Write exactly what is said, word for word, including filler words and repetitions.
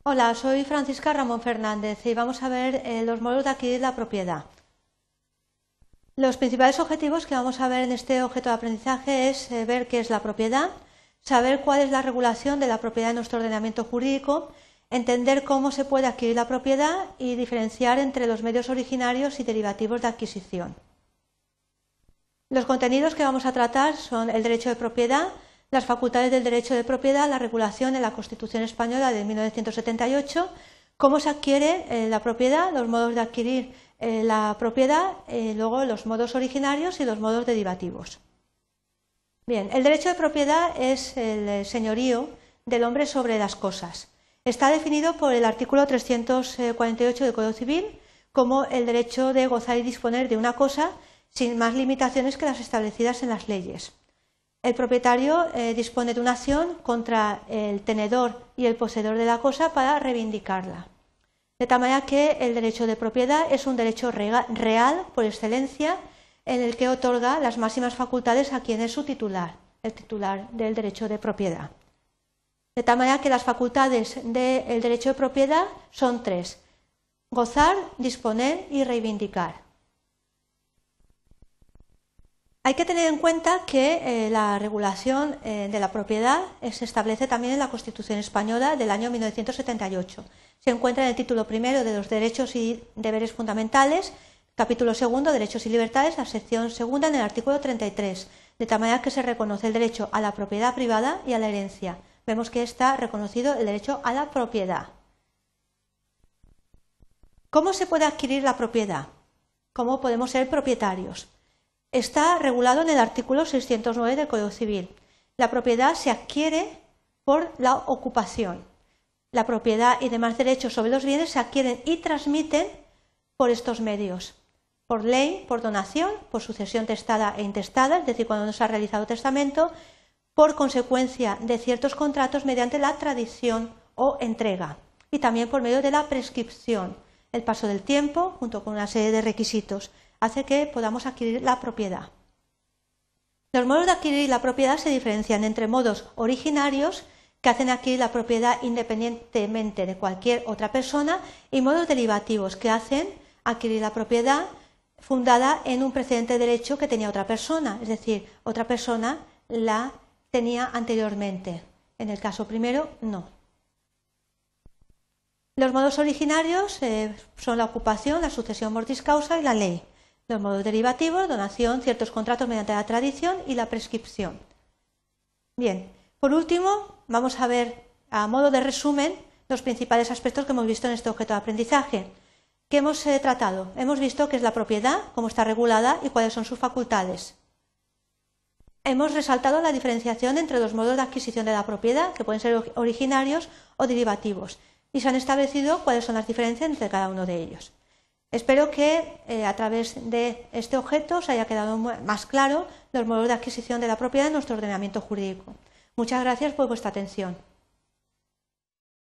Hola, soy Francisca Ramón Fernández y vamos a ver eh, los modos de adquirir la propiedad. Los principales objetivos que vamos a ver en este objeto de aprendizaje es eh, ver qué es la propiedad, saber cuál es la regulación de la propiedad en nuestro ordenamiento jurídico, entender cómo se puede adquirir la propiedad y diferenciar entre los medios originarios y derivativos de adquisición. Los contenidos que vamos a tratar son el derecho de propiedad, las facultades del derecho de propiedad, la regulación en la Constitución Española de mil novecientos setenta y ocho, cómo se adquiere eh, la propiedad, los modos de adquirir eh, la propiedad, eh, luego los modos originarios y los modos derivativos. Bien, el derecho de propiedad es el señorío del hombre sobre las cosas. Está definido por el artículo trescientos cuarenta y ocho del Código Civil como el derecho de gozar y disponer de una cosa sin más limitaciones que las establecidas en las leyes. El propietario eh, dispone de una acción contra el tenedor y el poseedor de la cosa para reivindicarla. De tal manera que el derecho de propiedad es un derecho real por excelencia en el que otorga las máximas facultades a quien es su titular, el titular del derecho de propiedad. De tal manera que las facultades del derecho de propiedad son tres: gozar, disponer y reivindicar. Hay que tener en cuenta que eh, la regulación eh, de la propiedad eh, se establece también en la Constitución Española del año mil novecientos setenta y ocho. Se encuentra en el título primero de los derechos y deberes fundamentales, capítulo segundo, derechos y libertades, la sección segunda en el artículo treinta y tres, de tal manera que se reconoce el derecho a la propiedad privada y a la herencia. Vemos que está reconocido el derecho a la propiedad. ¿Cómo se puede adquirir la propiedad? ¿Cómo podemos ser propietarios? Está regulado en el artículo seiscientos nueve del Código Civil. La propiedad se adquiere por la ocupación. La propiedad y demás derechos sobre los bienes se adquieren y transmiten por estos medios: por ley, por donación, por sucesión testada e intestada, es decir, cuando no se ha realizado testamento, por consecuencia de ciertos contratos mediante la tradición o entrega, y también por medio de la prescripción. El paso del tiempo, junto con una serie de requisitos, hace que podamos adquirir la propiedad. Los modos de adquirir la propiedad se diferencian entre modos originarios, que hacen adquirir la propiedad independientemente de cualquier otra persona, y modos derivativos, que hacen adquirir la propiedad fundada en un precedente de derecho que tenía otra persona, es decir, otra persona la tenía anteriormente. En el caso primero, no. Los modos originarios eh, son la ocupación, la sucesión mortis causa y la ley. Los modos derivativos, donación, ciertos contratos mediante la tradición y la prescripción. Bien, por último, vamos a ver a modo de resumen los principales aspectos que hemos visto en este objeto de aprendizaje. ¿Qué hemos eh, tratado? Hemos visto qué es la propiedad, cómo está regulada y cuáles son sus facultades. Hemos resaltado la diferenciación entre los modos de adquisición de la propiedad, que pueden ser originarios o derivativos, y se han establecido cuáles son las diferencias entre cada uno de ellos. Espero que eh, a través de este objeto os haya quedado más claro los modos de adquisición de la propiedad en nuestro ordenamiento jurídico. Muchas gracias por vuestra atención.